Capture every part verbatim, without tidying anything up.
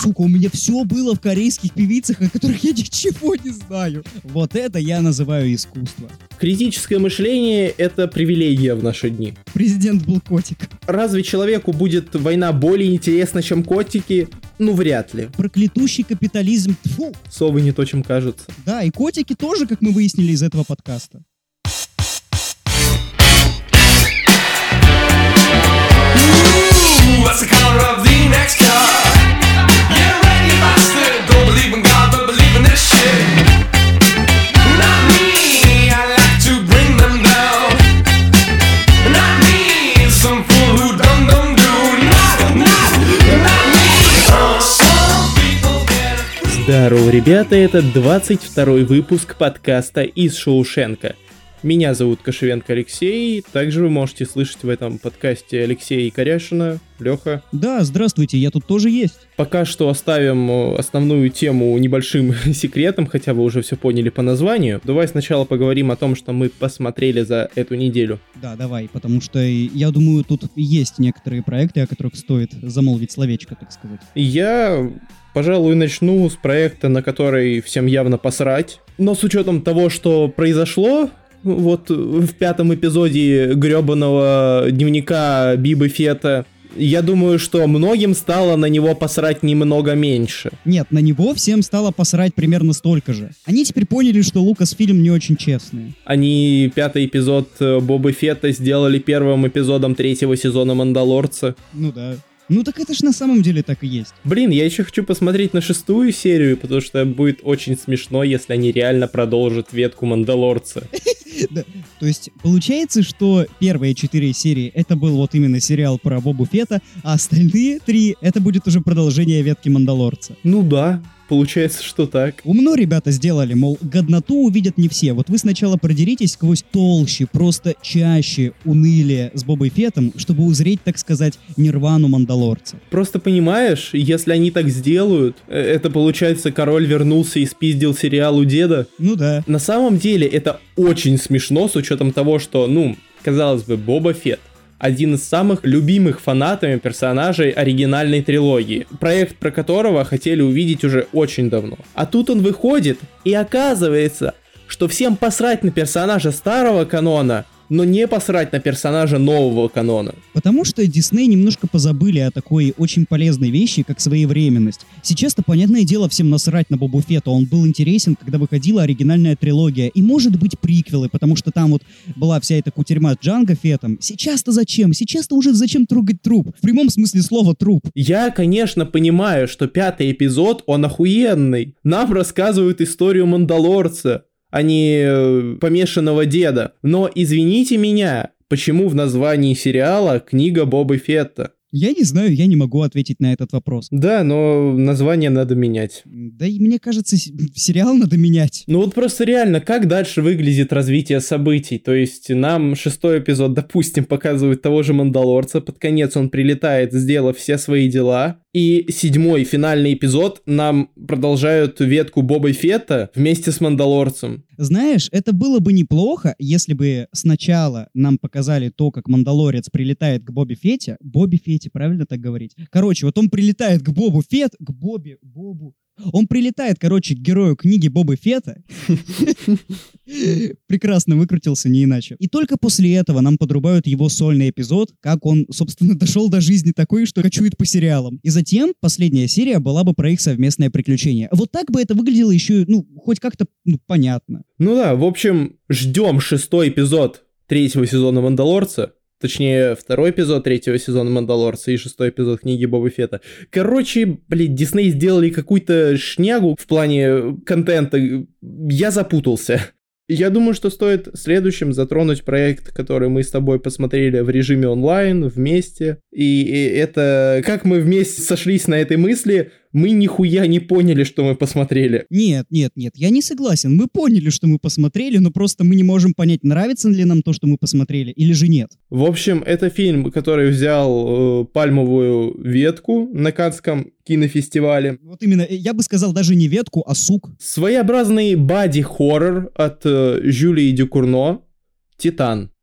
сука, у меня все было в корейских певицах, о которых я ничего не знаю. Вот это я называю искусство. Критическое мышление — это привилегия в наши дни. Президент был котик. Разве человеку будет война более интересна, чем котики? Ну, вряд ли. Проклятущий капитализм. Тьфу. Совы не то, чем кажется. Да, и котики тоже, как мы выяснили из этого подкаста. What's the color of the next car? Yeah, ready, bastard. Don't believe in God, but believe in this shit. Not me, I like to bring them down. Not me, some fool who dum dum do. Not, not, not me. Uh, some people get. Здорово, ребята, это двадцать второй выпуск подкаста из Шоушенка. Меня зовут Кошевенко Алексей, также вы можете слышать в этом подкасте Алексея Коряшина. Леха. Да, здравствуйте, я тут тоже есть. Пока что оставим основную тему небольшим секретом, хотя вы уже все поняли по названию. Давай сначала поговорим о том, что мы посмотрели за эту неделю. Да, давай, потому что я думаю, тут есть некоторые проекты, о которых стоит замолвить словечко, так сказать. Я... Пожалуй, начну с проекта, на который всем явно посрать. Но с учетом того, что произошло вот в пятом эпизоде гребаного дневника Бибы Фетта, я думаю, что многим стало на него посрать немного меньше. Нет, на него всем стало посрать примерно столько же. Они теперь поняли, что Лукасфильм не очень честный. Они пятый эпизод Бобы Фетта сделали первым эпизодом третьего сезона Мандалорца. Ну да. Ну так это ж на самом деле так и есть. Блин, я еще хочу посмотреть на шестую серию, потому что будет очень смешно, если они реально продолжат ветку Мандалорца. Да. То есть получается, что первые четыре серии это был вот именно сериал про Бобу Фетта, а остальные три это будет уже продолжение ветки Мандалорца. Ну да. Получается, что так. Умно ребята сделали, мол, годноту увидят не все. Вот вы сначала продеритесь сквозь толще, просто чаще унылие с Бобой Феттом, чтобы узреть, так сказать, нирвану Мандалорца. Просто понимаешь, если они так сделают, это получается, король вернулся и спиздил сериал у деда. Ну да. На самом деле это очень смешно с учетом того, что, ну, казалось бы, Боба Фетт один из самых любимых фанатами персонажей оригинальной трилогии, проект про которого хотели увидеть уже очень давно. А тут он выходит, и оказывается, что всем посрать на персонажа старого канона, но не посрать на персонажа нового канона. Потому что Дисней немножко позабыли о такой очень полезной вещи, как своевременность. Сейчас-то, понятное дело, всем насрать на Бобу Фетта. Он был интересен, когда выходила оригинальная трилогия. И, может быть, приквелы, потому что там вот была вся эта кутерьма с Джанго Феттом. Сейчас-то зачем? Сейчас-то уже зачем трогать труп? В прямом смысле слова труп. Я, конечно, понимаю, что пятый эпизод, он охуенный. Нам рассказывают историю Мандалорца, а не помешанного деда. Но извините меня, почему в названии сериала книга Бобы Фетта? Я не знаю, я не могу ответить на этот вопрос. Да, но название надо менять. Да и мне кажется, сериал надо менять. Ну вот просто реально, как дальше выглядит развитие событий? То есть нам шестой эпизод, допустим, показывает того же Мандалорца, под конец он прилетает, сделав все свои дела. И седьмой, финальный эпизод нам продолжают ветку Боба Фетта вместе с Мандалорцем. Знаешь, это было бы неплохо, если бы сначала нам показали то, как Мандалорец прилетает к Бобе Фетте. Бобе Фетте, правильно так говорить? Короче, вот он прилетает к Бобу Фетт, к Бобе, Бобу... Он прилетает, короче, к герою книги Бобы Фетта. Прекрасно выкрутился, не иначе. И только после этого нам подрубают его сольный эпизод, как он, собственно, дошел до жизни такой, что кочует по сериалам. И затем последняя серия была бы про их совместное приключение. Вот так бы это выглядело еще, ну, хоть как-то, ну, понятно. Ну да, в общем, ждем шестой эпизод третьего сезона Мандалорца. Точнее, второй эпизод третьего сезона Мандалорца и шестой эпизод книги Боба Фетта. Короче, блин, Дисней сделали какую-то шнягу в плане контента. Я запутался. Я думаю, что стоит следующим затронуть проект, который мы с тобой посмотрели в режиме онлайн, вместе. И, и это... Как мы вместе сошлись на этой мысли, мы нихуя не поняли, что мы посмотрели. Нет, нет, нет, я не согласен. Мы поняли, что мы посмотрели, но просто мы не можем понять, нравится ли нам то, что мы посмотрели, или же нет. В общем, это фильм, который взял э, пальмовую ветку на Каннском кинофестивале. Вот именно, я бы сказал, даже не ветку, а сук. Своеобразный бади-хоррор от э, Жюли Дюкурно «Титан».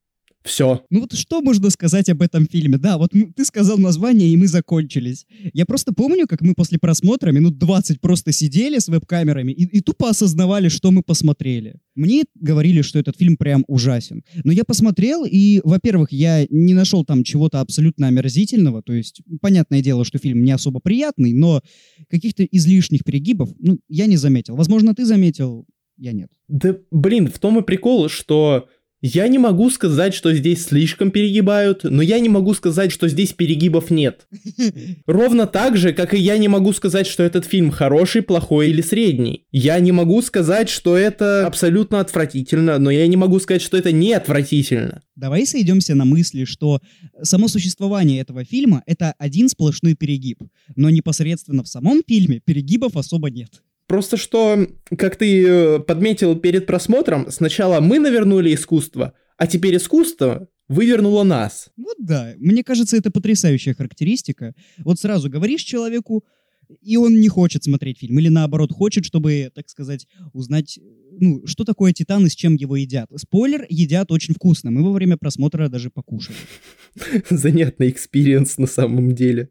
Все. Ну вот что можно сказать об этом фильме? Да, вот м- ты сказал название, и мы закончились. Я просто помню, как мы после просмотра минут двадцать просто сидели с веб-камерами и, и тупо осознавали, что мы посмотрели. Мне говорили, что этот фильм прям ужасен. Но я посмотрел, и, во-первых, я не нашел там чего-то абсолютно омерзительного. То есть, понятное дело, что фильм не особо приятный, но каких-то излишних перегибов, ну, я не заметил. Возможно, ты заметил, я нет. Да, блин, в том и прикол, что я не могу сказать, что здесь слишком перегибают, но я не могу сказать, что здесь перегибов нет. Ровно так же, как и я не могу сказать, что этот фильм хороший, плохой или средний. Я не могу сказать, что это абсолютно отвратительно, но я не могу сказать, что это не отвратительно. Давай сойдемся на мысли, что само существование этого фильма — это один сплошной перегиб, но непосредственно в самом фильме перегибов особо нет. Просто что, как ты э, подметил перед просмотром, сначала мы навернули искусство, а теперь искусство вывернуло нас. Вот да, мне кажется, это потрясающая характеристика. Вот сразу говоришь человеку, и он не хочет смотреть фильм, или наоборот хочет, чтобы, так сказать, узнать, ну, что такое Титан и с чем его едят. Спойлер, едят очень вкусно, мы во время просмотра даже покушали. Занятный экспириенс на самом деле.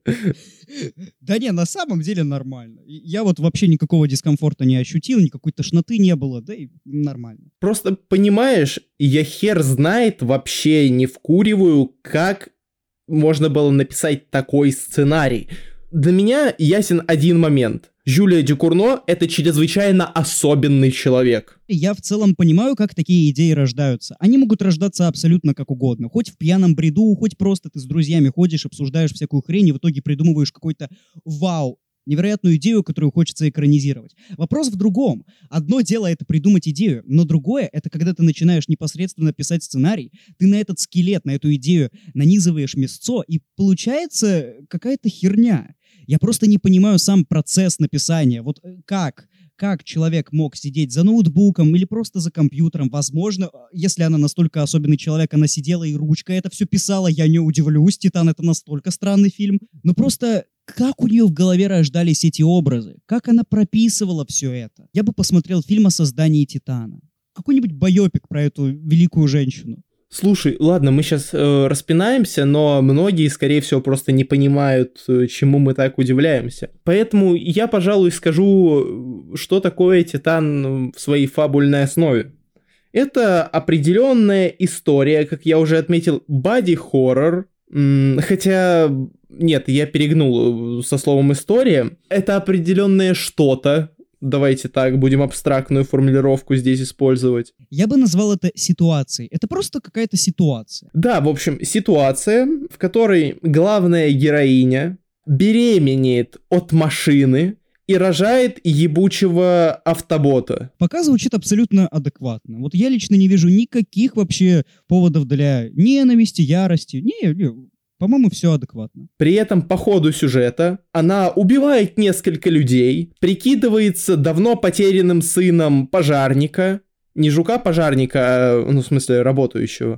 Да не, на самом деле нормально. Я вот вообще никакого дискомфорта не ощутил, никакой тошноты не было, да и нормально. Просто, понимаешь, я хер знает, вообще не вкуриваю, как можно было написать такой сценарий. Для меня ясен один момент. Жюля Дюкурно — это чрезвычайно особенный человек. Я в целом понимаю, как такие идеи рождаются. Они могут рождаться абсолютно как угодно. Хоть в пьяном бреду, хоть просто ты с друзьями ходишь, обсуждаешь всякую хрень, и в итоге придумываешь какой-то вау, невероятную идею, которую хочется экранизировать. Вопрос в другом. Одно дело — это придумать идею, но другое — это когда ты начинаешь непосредственно писать сценарий, ты на этот скелет, на эту идею нанизываешь мясцо, и получается какая-то херня. Я просто не понимаю сам процесс написания. Вот как? Как человек мог сидеть за ноутбуком или просто за компьютером? Возможно, если она настолько особенный человек, она сидела и ручкой это все писала, я не удивлюсь, «Титан» — это настолько странный фильм. Но просто как у нее в голове рождались эти образы? Как она прописывала все это? Я бы посмотрел фильм о создании «Титана». Какой-нибудь байопик про эту великую женщину. Слушай, ладно, мы сейчас э, распинаемся, но многие, скорее всего, просто не понимают, э, чему мы так удивляемся. Поэтому я, пожалуй, скажу, что такое «Титан» в своей фабульной основе. Это определенная история, как я уже отметил, боди-хоррор. М- хотя, нет, я перегнул со словом «история». Это определенное что-то. Давайте так, будем абстрактную формулировку здесь использовать. Я бы назвал это ситуацией. Это просто какая-то ситуация. Да, в общем, ситуация, в которой главная героиня беременеет от машины и рожает ебучего автобота. Пока звучит абсолютно адекватно. Вот я лично не вижу никаких вообще поводов для ненависти, ярости. Не, не. По-моему, все адекватно. При этом по ходу сюжета она убивает несколько людей, прикидывается давно потерянным сыном пожарника. Не жука-пожарника, а, ну, в смысле, работающего.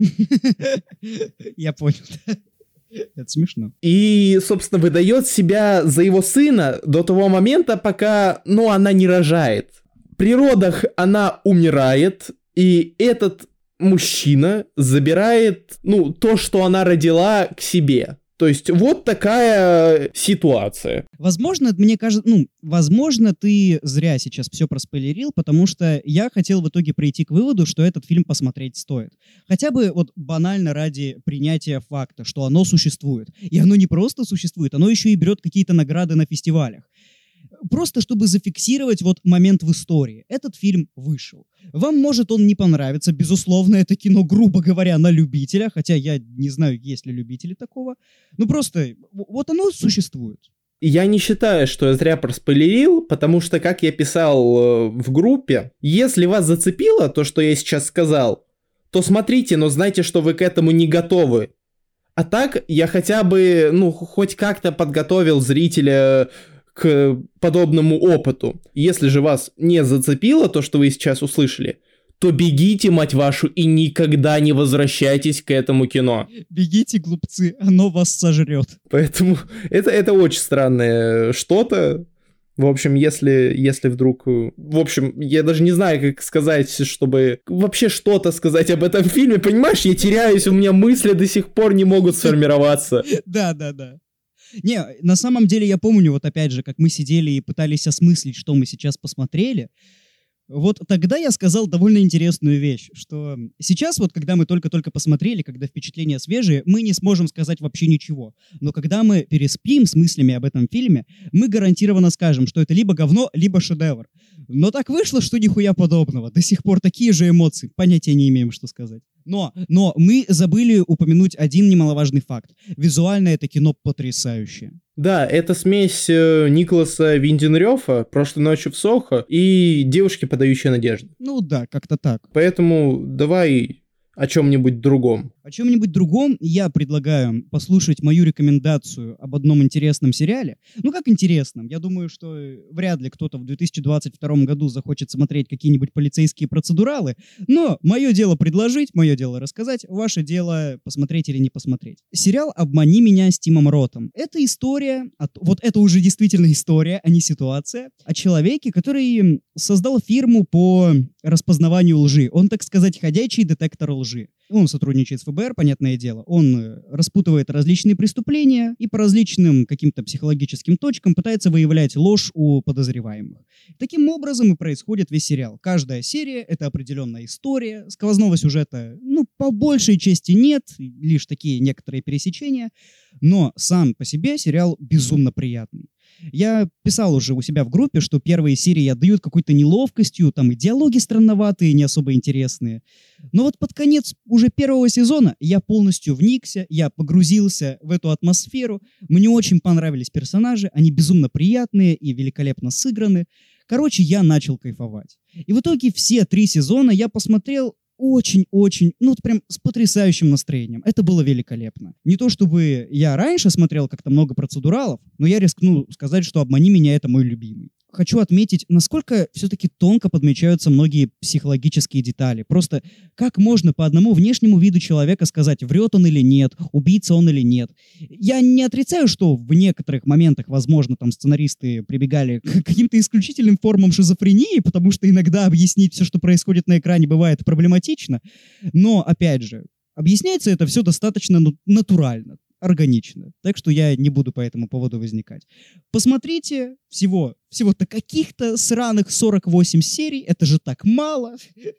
Я понял. Это смешно. И, собственно, выдает себя за его сына до того момента, пока, ну, она не рожает. При родах она умирает, и этот мужчина забирает, ну, то, что она родила, к себе. То есть вот такая ситуация. Возможно, мне кажется, ну, возможно, ты зря сейчас все проспойлерил, потому что я хотел в итоге прийти к выводу, что этот фильм посмотреть стоит. Хотя бы вот банально ради принятия факта, что оно существует. И оно не просто существует, оно еще и берет какие-то награды на фестивалях. Просто чтобы зафиксировать вот момент в истории. Этот фильм вышел. Вам может он не понравиться, безусловно, это кино, грубо говоря, на любителя, хотя я не знаю, есть ли любители такого. Ну просто, вот оно существует. Я не считаю, что я зря проспойлерил, потому что, как я писал в группе, если вас зацепило то, что я сейчас сказал, то смотрите, но знайте, что вы к этому не готовы. А так, я хотя бы, ну, хоть как-то подготовил зрителя к подобному опыту. Если же вас не зацепило то, что вы сейчас услышали, то бегите, мать вашу, и никогда не возвращайтесь к этому кино. Бегите, глупцы, оно вас сожрет. Поэтому это, это очень странное что-то. В общем, если, если вдруг... В общем, я даже не знаю, как сказать, чтобы вообще что-то сказать об этом фильме. Понимаешь, я теряюсь, у меня мысли до сих пор не могут сформироваться. Да, да, да. Не, на самом деле я помню, вот опять же, как мы сидели и пытались осмыслить, что мы сейчас посмотрели. Вот тогда я сказал довольно интересную вещь, что сейчас вот, когда мы только-только посмотрели, когда впечатления свежие, мы не сможем сказать вообще ничего. Но когда мы переспим с мыслями об этом фильме, мы гарантированно скажем, что это либо говно, либо шедевр. Но так вышло, что нихуя подобного. До сих пор такие же эмоции. Понятия не имеем, что сказать. Но, но мы забыли упомянуть один немаловажный факт. Визуально это кино потрясающее. Да, это смесь э, Николаса Винден-Рёфа «Прошлой ночью в Сохо» и «Девушки, подающие надежды». Ну да, как-то так. Поэтому давай о чем-нибудь другом. О чем-нибудь другом я предлагаю послушать мою рекомендацию об одном интересном сериале. Ну, как интересном? Я думаю, что вряд ли кто-то в две тысячи двадцать втором году захочет смотреть какие-нибудь полицейские процедуралы, но мое дело предложить, мое дело рассказать, ваше дело посмотреть или не посмотреть. Сериал «Обмани меня» с Тимом Ротом. Это история, от... вот это уже действительно история, а не ситуация, о человеке, который создал фирму по распознаванию лжи. Он, так сказать, ходячий детектор лжи. Он сотрудничает с эф бэ эр, понятное дело. Он распутывает различные преступления и по различным каким-то психологическим точкам пытается выявлять ложь у подозреваемых. Таким образом и происходит весь сериал. Каждая серия — это определенная история. Сквозного сюжета, ну, по большей части нет, лишь такие некоторые пересечения. Но сам по себе сериал безумно приятный. Я писал уже у себя в группе, что первые серии отдают какой-то неловкостью, там и диалоги странноватые, не особо интересные. Но вот под конец уже первого сезона я полностью вникся, я погрузился в эту атмосферу. Мне очень понравились персонажи, они безумно приятные и великолепно сыграны. Короче, я начал кайфовать. И в итоге все три сезона я посмотрел очень-очень, ну, вот прям с потрясающим настроением. Это было великолепно. Не то чтобы я раньше смотрел как-то много процедуралов, но я рискну сказать, что «Обмани меня» — это мой любимый. Хочу отметить, насколько все-таки тонко подмечаются многие психологические детали. Просто как можно по одному внешнему виду человека сказать, врет он или нет, убийца он или нет. Я не отрицаю, что в некоторых моментах, возможно, там сценаристы прибегали к каким-то исключительным формам шизофрении, потому что иногда объяснить все, что происходит на экране, бывает проблематично. Но, опять же, объясняется это все достаточно ну, натурально. Органично. Так что я не буду по этому поводу возникать. Посмотрите, всего, всего-то каких-то сраных сорок восемь серий, это же так мало.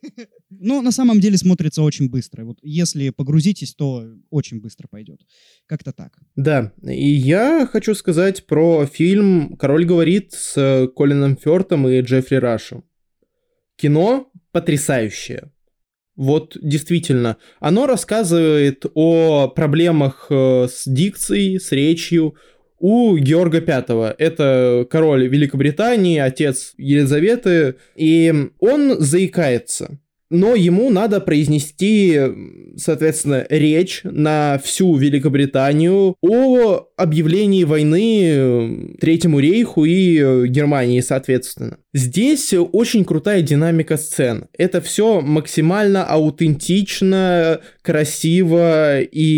Но на самом деле смотрится очень быстро. Вот если погрузитесь, то очень быстро пойдет. Как-то так. Да, и я хочу сказать про фильм «Король говорит» с Колином Фёртом и Джеффри Рашем. Кино потрясающее. Вот действительно, оно рассказывает о проблемах с дикцией, с речью у Георга Пятого. Это король Великобритании, отец Елизаветы, и он заикается. Но ему надо произнести, соответственно, речь на всю Великобританию о объявлении войны Третьему рейху и Германии, соответственно. Здесь очень крутая динамика сцен. Это все максимально аутентично, красиво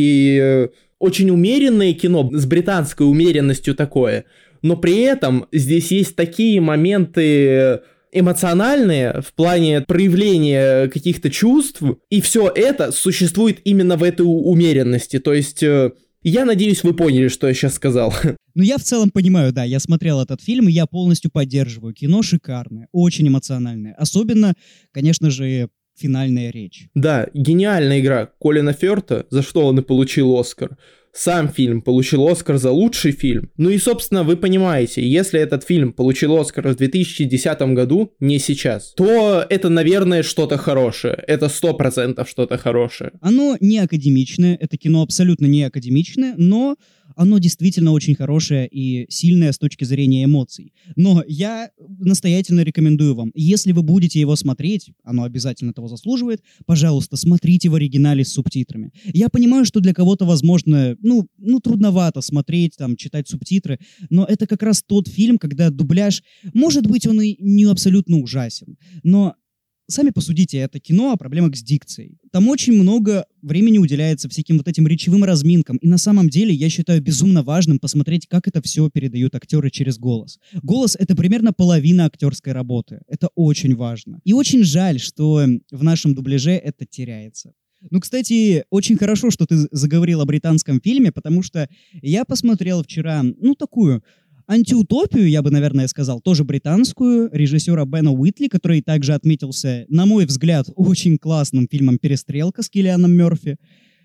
и очень умеренное кино, с британской умеренностью такое. Но при этом здесь есть такие моменты эмоциональные в плане проявления каких-то чувств, и все это существует именно в этой умеренности. То есть, я надеюсь, вы поняли, что я сейчас сказал. Ну, я в целом понимаю, да, я смотрел этот фильм, и я полностью поддерживаю. Кино шикарное, очень эмоциональное. Особенно, конечно же, финальная речь. Да, гениальная игра Колина Фёрта, за что он и получил Оскар. Сам фильм получил Оскар за лучший фильм. Ну и, собственно, вы понимаете, если этот фильм получил Оскар в две тысячи десятом году, не сейчас, то это, наверное, что-то хорошее. Это сто процентов что-то хорошее. Оно не академичное, это кино абсолютно не академичное, но оно действительно очень хорошее и сильное с точки зрения эмоций. Но я настоятельно рекомендую вам, если вы будете его смотреть, оно обязательно того заслуживает, пожалуйста, смотрите в оригинале с субтитрами. Я понимаю, что для кого-то, возможно, ну, ну трудновато смотреть, там, читать субтитры, но это как раз тот фильм, когда дубляж, может быть, он и не абсолютно ужасен, но сами посудите, это кино о проблемах с дикцией. Там очень много времени уделяется всяким вот этим речевым разминкам, и на самом деле я считаю безумно важным посмотреть, как это все передают актеры через голос. Голос — это примерно половина актерской работы. Это очень важно. И очень жаль, что в нашем дубляже это теряется. Ну, кстати, очень хорошо, что ты заговорил о британском фильме, потому что я посмотрел вчера, ну, такую антиутопию, я бы, наверное, сказал, тоже британскую, режиссера Бена Уитли, который также отметился, на мой взгляд, очень классным фильмом «Перестрелка» с Киллианом Мёрфи.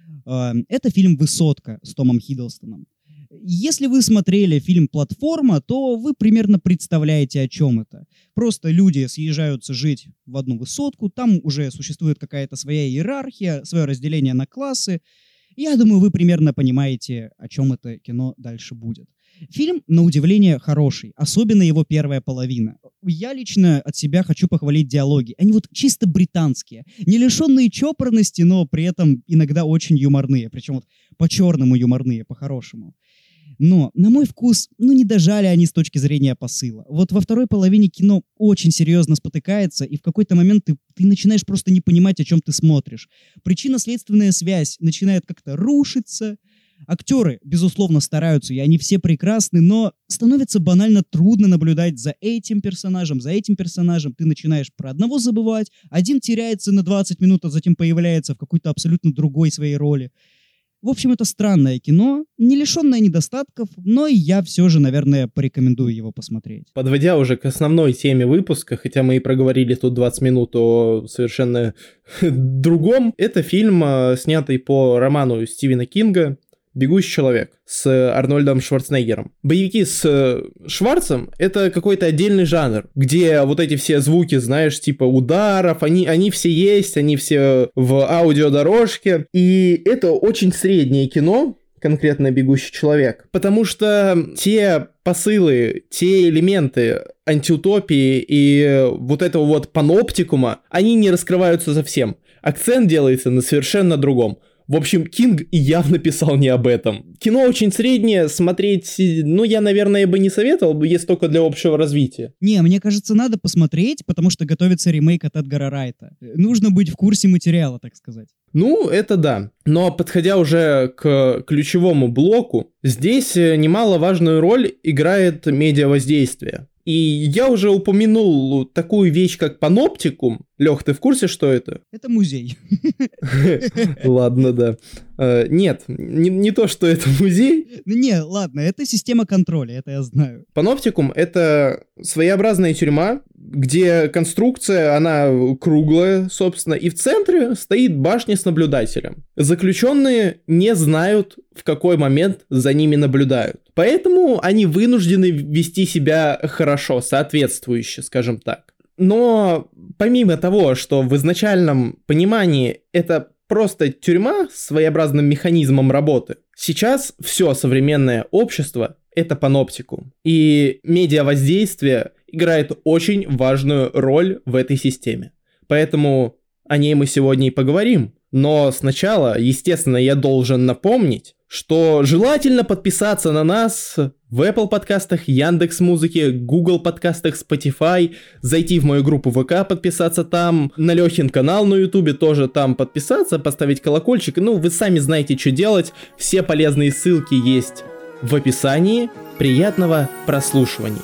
Это фильм «Высотка» с Томом Хиддлстоном. Если вы смотрели фильм «Платформа», то вы примерно представляете, о чем это. Просто люди съезжаются жить в одну высотку, там уже существует какая-то своя иерархия, свое разделение на классы. Я думаю, вы примерно понимаете, о чем это кино дальше будет. Фильм, на удивление, хороший, особенно его первая половина. Я лично от себя хочу похвалить диалоги. Они вот чисто британские, не лишенные чопорности, но при этом иногда очень юморные, причем вот по-черному юморные, по-хорошему. Но, на мой вкус, ну не дожали они с точки зрения посыла. Вот во второй половине кино очень серьезно спотыкается, и в какой-то момент ты, ты начинаешь просто не понимать, о чем ты смотришь. Причинно-следственная связь начинает как-то рушиться. Актеры, безусловно, стараются, и они все прекрасны, но становится банально трудно наблюдать за этим персонажем, за этим персонажем. Ты начинаешь про одного забывать, один теряется на двадцать минут, а затем появляется в какой-то абсолютно другой своей роли. В общем, это странное кино, не лишенное недостатков, но я все же, наверное, порекомендую его посмотреть. Подводя уже к основной теме выпуска, хотя мы и проговорили тут двадцать минут о совершенно другом, это фильм, снятый по роману Стивена Кинга «Бегущий человек» с Арнольдом Шварценеггером. Боевики с Шварцем — это какой-то отдельный жанр, где вот эти все звуки, знаешь, типа ударов, они, они все есть, они все в аудиодорожке. И это очень среднее кино, конкретно «Бегущий человек», потому что те посылы, те элементы антиутопии и вот этого вот паноптикума, они не раскрываются совсем. Акцент делается на совершенно другом. В общем, Кинг явно писал не об этом. Кино очень среднее, смотреть, ну, я, наверное, бы не советовал, если только для общего развития. Не, мне кажется, надо посмотреть, потому что готовится ремейк от Эдгара Райта. Нужно быть в курсе материала, так сказать. Ну, это да. Но подходя уже к ключевому блоку, здесь немаловажную роль играет медиавоздействие. И я уже упомянул такую вещь, как паноптикум. Лёх, ты в курсе, что это? Это музей. Ладно, да. Нет, не то, что это музей. Не, ладно, это система контроля, это я знаю. Паноптикум — это своеобразная тюрьма, где конструкция, она круглая, собственно, и в центре стоит башня с наблюдателем. Заключенные не знают, в какой момент за ними наблюдают. Поэтому они вынуждены вести себя хорошо, соответствующе, скажем так. Но помимо того, что в изначальном понимании это просто тюрьма с своеобразным механизмом работы, сейчас все современное общество — это паноптикум. И медиавоздействие играет очень важную роль в этой системе. Поэтому о ней мы сегодня и поговорим. Но сначала, естественно, я должен напомнить, что желательно подписаться на нас в Apple подкастах, Яндекс.Музыке, Google подкастах, Spotify, зайти в мою группу ВК, подписаться там, на Лёхин канал на Ютубе тоже там подписаться, поставить колокольчик. Ну, вы сами знаете, что делать. Все полезные ссылки есть в описании. Приятного прослушивания.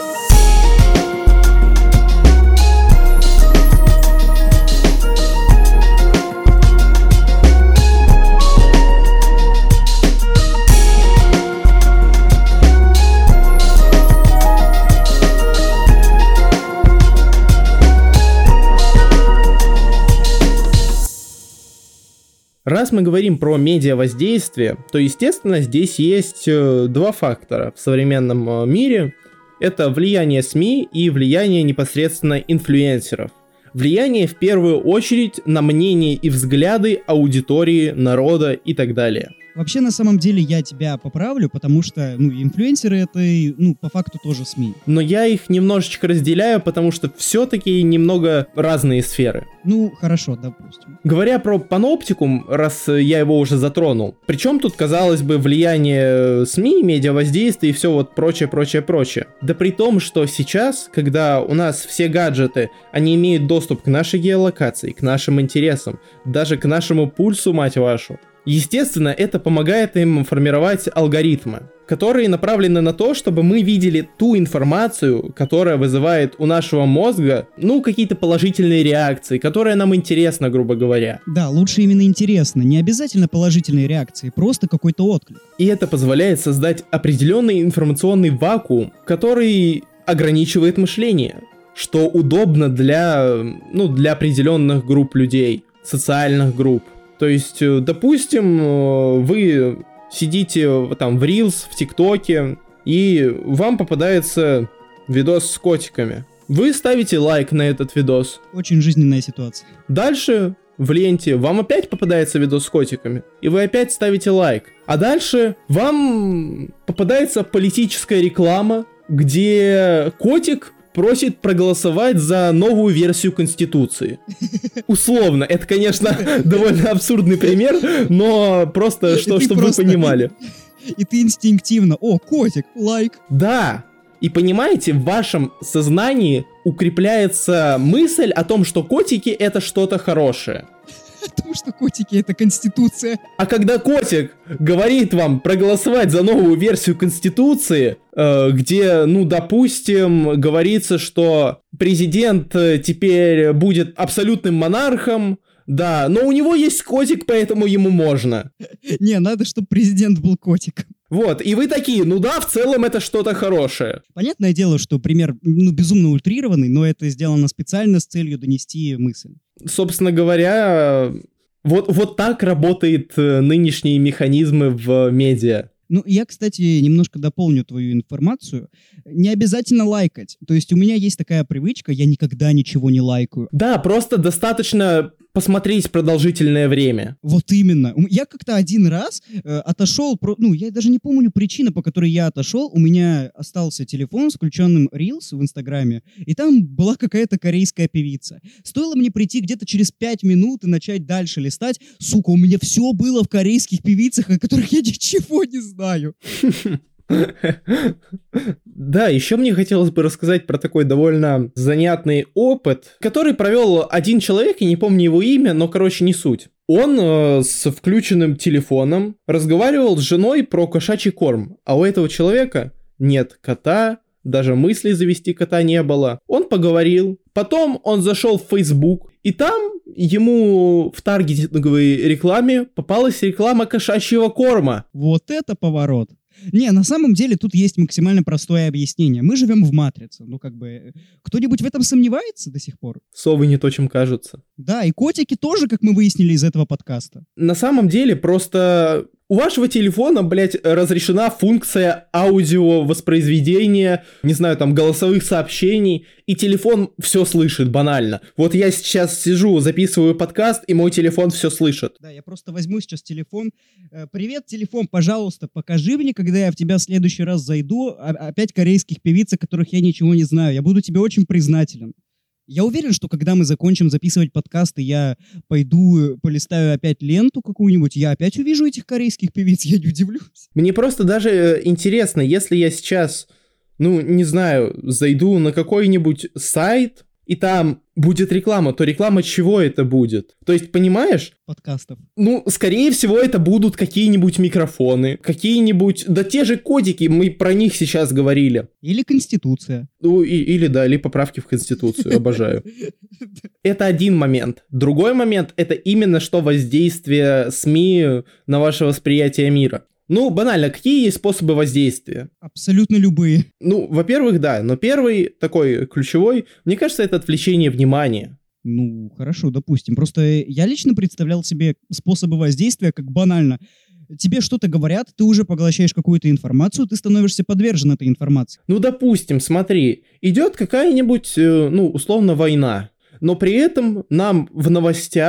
Раз мы говорим про медиавоздействие, то, естественно, здесь есть два фактора в современном мире. Это влияние СМИ и влияние непосредственно инфлюенсеров. Влияние в первую очередь на мнение и взгляды аудитории, народа и так далее. Вообще, на самом деле, я тебя поправлю, потому что, ну, инфлюенсеры — это, ну, по факту тоже СМИ. Но я их немножечко разделяю, потому что все-таки немного разные сферы. Ну, хорошо, допустим. Говоря про паноптикум, раз я его уже затронул, причем тут, казалось бы, влияние СМИ, медиавоздействие и все вот прочее, прочее, прочее. Да при том, что сейчас, когда у нас все гаджеты, они имеют доступ к нашей геолокации, к нашим интересам, даже к нашему пульсу, мать вашу, естественно, это помогает им формировать алгоритмы, которые направлены на то, чтобы мы видели ту информацию, которая вызывает у нашего мозга, ну, какие-то положительные реакции, которая нам интересна, грубо говоря. Да, лучше именно интересно, не обязательно положительные реакции, просто какой-то отклик. И это позволяет создать определенный информационный вакуум, который ограничивает мышление, что удобно для, ну, для определенных групп людей, социальных групп. То есть, допустим, вы сидите там в Reels, в ТикТоке, и вам попадается видос с котиками. Вы ставите лайк на этот видос. Очень жизненная ситуация. Дальше в ленте вам опять попадается видос с котиками, и вы опять ставите лайк. А дальше вам попадается политическая реклама, где котик просит проголосовать за новую версию Конституции. Условно. Это, конечно, довольно абсурдный пример, но просто, что, чтобы просто... вы понимали. И ты инстинктивно: о, котик, лайк. Да. И понимаете, в вашем сознании укрепляется мысль о том, что котики — это что-то хорошее. Потому что котики — это Конституция. А когда котик говорит вам проголосовать за новую версию Конституции, э, где, ну, допустим, говорится, что президент теперь будет абсолютным монархом, да, но у него есть котик, поэтому ему можно. Не, надо, чтобы президент был котик. Вот, и вы такие: ну да, в целом это что-то хорошее. Понятное дело, что пример, ну, безумно утрированный, но это сделано специально с целью донести мысль. Собственно говоря, вот, вот так работают нынешние механизмы в медиа. Ну, я, кстати, немножко дополню твою информацию. Не обязательно лайкать. То есть у меня есть такая привычка, я никогда ничего не лайкаю. Да, просто достаточно посмотреть продолжительное время. Вот именно. Я как-то один раз э, отошел, про, ну, я даже не помню причину, по которой я отошел. У меня остался телефон с включенным Reels в Инстаграме, и там была какая-то корейская певица. Стоило мне прийти где-то через пять минут и начать дальше листать. Сука, у меня все было в корейских певицах, о которых я ничего не знаю. Да, еще мне хотелось бы рассказать про такой довольно занятный опыт, который провел один человек, я не помню его имя, но, короче, не суть. Он э, с включенным телефоном разговаривал с женой про кошачий корм, а у этого человека нет кота, даже мысли завести кота не было. Он поговорил, потом он зашел в Facebook, и там ему в таргетинговой рекламе попалась реклама кошачьего корма. Вот это поворот. Не, на самом деле тут есть максимально простое объяснение. Мы живем в матрице. Ну, как бы, кто-нибудь в этом сомневается до сих пор? Совы не то, чем кажутся. Да, и котики тоже, как мы выяснили из этого подкаста. На самом деле, просто у вашего телефона, блядь, разрешена функция аудиовоспроизведения, не знаю, там, голосовых сообщений, и телефон все слышит, банально. Вот я сейчас сижу, записываю подкаст, и мой телефон все слышит. Да, я просто возьму сейчас телефон. Привет, телефон, пожалуйста, покажи мне, когда я в тебя в следующий раз зайду, опять корейских певиц, о которых я ничего не знаю. Я буду тебе очень признателен. Я уверен, что когда мы закончим записывать подкасты, я пойду полистаю опять ленту какую-нибудь, я опять увижу этих корейских певиц, я не удивлюсь. Мне просто даже интересно, если я сейчас, ну, не знаю, зайду на какой-нибудь сайт, и там будет реклама, то реклама чего это будет? То есть, понимаешь? Подкастов. Ну, скорее всего, это будут какие-нибудь микрофоны, какие-нибудь... Да те же кодики, мы про них сейчас говорили. Или Конституция. Ну, и, или, да, или поправки в Конституцию, обожаю. Это один момент. Другой момент — это именно что воздействие СМИ на ваше восприятие мира. Ну, банально, какие есть способы воздействия? Абсолютно любые. Ну, во-первых, да, но первый, такой ключевой, мне кажется, это отвлечение внимания. Ну, хорошо, допустим. Просто я лично представлял себе способы воздействия как банально. Тебе что-то говорят, ты уже поглощаешь какую-то информацию, ты становишься подвержен этой информации. Ну, допустим, смотри, идет какая-нибудь, ну, условно, война, но при этом нам в новостях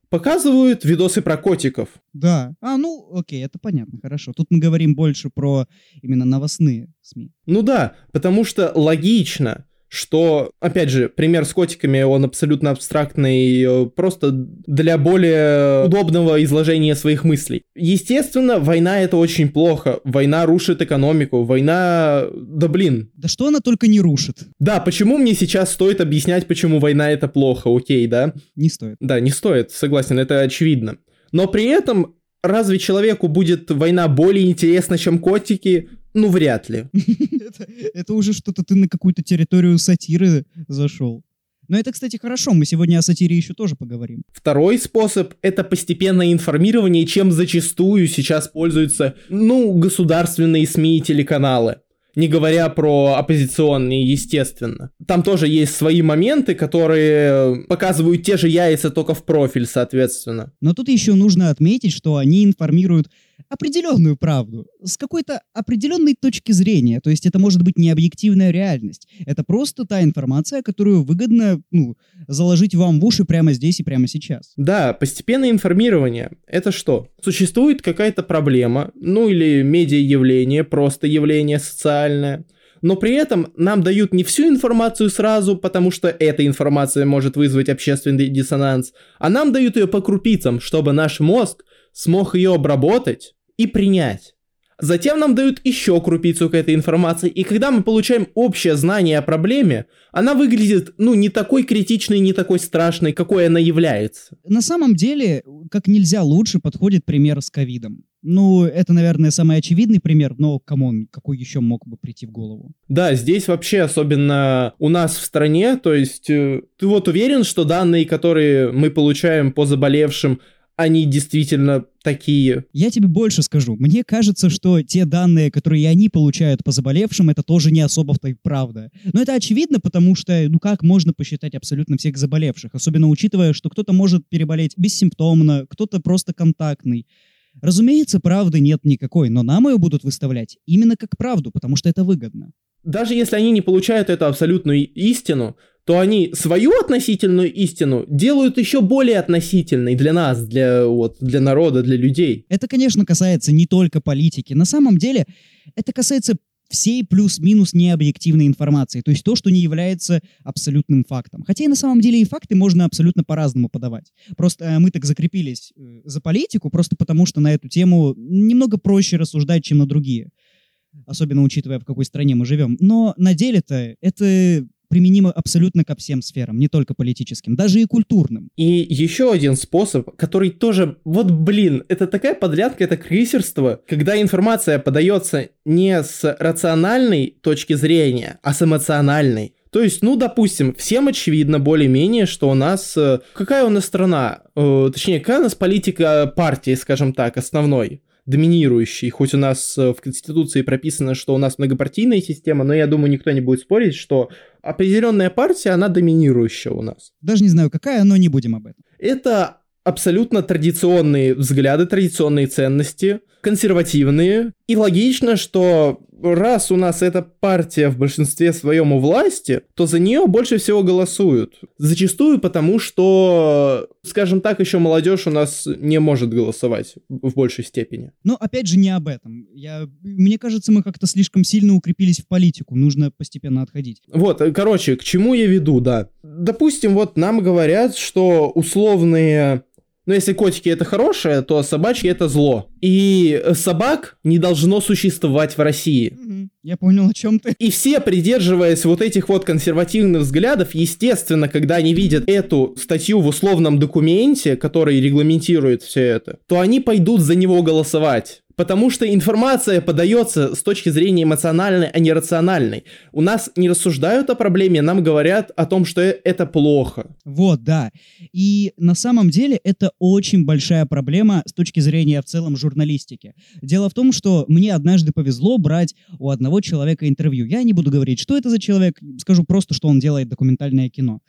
показывают видосы про котиков. Да. А, ну, окей, это понятно, хорошо. Тут мы говорим больше про именно новостные СМИ. Ну да, потому что логично, что, опять же, пример с котиками, он абсолютно абстрактный, просто для более удобного изложения своих мыслей. Естественно, война — это очень плохо. Война рушит экономику, война... Да блин. Да что она только не рушит. Да, почему мне сейчас стоит объяснять, почему война — это плохо, окей, да? Не стоит. Да, не стоит, согласен, это очевидно. Но при этом, разве человеку будет война более интересна, чем котики? Ну, вряд ли. это, это уже что-то ты на какую-то территорию сатиры зашел. Но это, кстати, хорошо, мы сегодня о сатире еще тоже поговорим. Второй способ — это постепенное информирование, чем зачастую сейчас пользуются, ну, государственные СМИ и телеканалы. Не говоря про оппозиционные, естественно. Там тоже есть свои моменты, которые показывают те же яйца, только в профиль, соответственно. Но тут еще нужно отметить, что они информируют определенную правду, с какой-то определенной точки зрения. То есть это может быть не объективная реальность. Это просто та информация, которую выгодно, ну, заложить вам в уши прямо здесь и прямо сейчас. Да, постепенное информирование. Это что? Существует какая-то проблема, ну или медиа-явление, просто явление социальное. Но при этом нам дают не всю информацию сразу, потому что эта информация может вызвать общественный диссонанс, а нам дают ее по крупицам, чтобы наш мозг смог ее обработать и принять. Затем нам дают еще крупицу к этой информации, и когда мы получаем общее знание о проблеме, она выглядит, ну, не такой критичной, не такой страшной, какой она является. На самом деле, как нельзя лучше подходит пример с ковидом. Ну, это, наверное, самый очевидный пример, но, камон, какой еще мог бы прийти в голову? Да, здесь вообще, особенно у нас в стране, то есть, э, ты вот уверен, что данные, которые мы получаем по заболевшим, они действительно такие? Я тебе больше скажу. Мне кажется, что те данные, которые они получают по заболевшим, это тоже не особо-то и правда. Но это очевидно, потому что, ну как можно посчитать абсолютно всех заболевших? Особенно учитывая, что кто-то может переболеть бессимптомно, кто-то просто контактный. Разумеется, правды нет никакой, но нам ее будут выставлять именно как правду, потому что это выгодно. Даже если они не получают эту абсолютную истину, то они свою относительную истину делают еще более относительной для нас, для, вот, для народа, для людей. Это, конечно, касается не только политики. На самом деле, это касается всей плюс-минус необъективной информации, то есть то, что не является абсолютным фактом. Хотя и на самом деле и факты можно абсолютно по-разному подавать. Просто э, мы так закрепились э, за политику, просто потому что на эту тему немного проще рассуждать, чем на другие. Особенно учитывая, в какой стране мы живем. Но на деле-то это применимо абсолютно ко всем сферам, не только политическим, даже и культурным. И еще один способ, который тоже, вот блин, это такая подлянка, это крейсерство, когда информация подается не с рациональной точки зрения, а с эмоциональной. То есть, ну, допустим, всем очевидно более-менее, что у нас... Какая у нас страна? Э, точнее, какая у нас политика партии, скажем так, основной? Доминирующий, хоть у нас в Конституции прописано, что у нас многопартийная система, но я думаю, никто не будет спорить, что определенная партия, она доминирующая у нас. Даже не знаю, какая, но не будем об этом. Это абсолютно традиционные взгляды, традиционные ценности, консервативные. И логично, что раз у нас эта партия в большинстве своем у власти, то за нее больше всего голосуют. Зачастую потому, что, скажем так, еще молодежь у нас не может голосовать в большей степени. Но опять же не об этом. Я, мне кажется, мы как-то слишком сильно укрепились в политику. Нужно постепенно отходить. Вот, короче, к чему я веду, да. Допустим, вот нам говорят, что условные... Но если котики это хорошее, то собачки это зло. И собак не должно существовать в России. Угу, я понял, о чем ты. И все, придерживаясь вот этих вот консервативных взглядов, естественно, когда они видят эту статью в условном документе, который регламентирует все это, то они пойдут за него голосовать. Потому что информация подается с точки зрения эмоциональной, а не рациональной. У нас не рассуждают о проблеме, нам говорят о том, что это плохо. Вот, да. И на самом деле это очень большая проблема с точки зрения в целом журналистики. Дело в том, что мне однажды повезло брать у одного человека интервью. Я не буду говорить, что это за человек, скажу просто, что он делает документальное кино.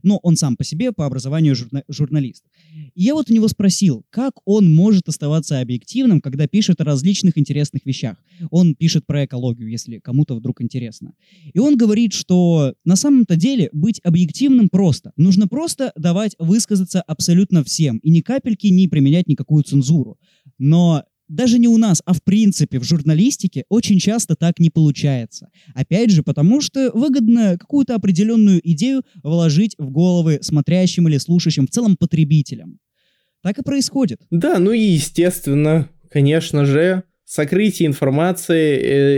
но он сам по себе по образованию журна- журналист. И я вот у него спросил, как он может оставаться объективным, когда пишет о различных интересных вещах. Он пишет про экологию, если кому-то вдруг интересно. И он говорит, что на самом-то деле быть объективным просто. Нужно просто давать высказаться абсолютно всем, и ни капельки не применять никакую цензуру. Но даже не у нас, а в принципе в журналистике очень часто так не получается. Опять же, потому что выгодно какую-то определенную идею вложить в головы смотрящим или слушающим, в целом потребителям. Так и происходит. Да, ну и естественно, конечно же, сокрытие информации —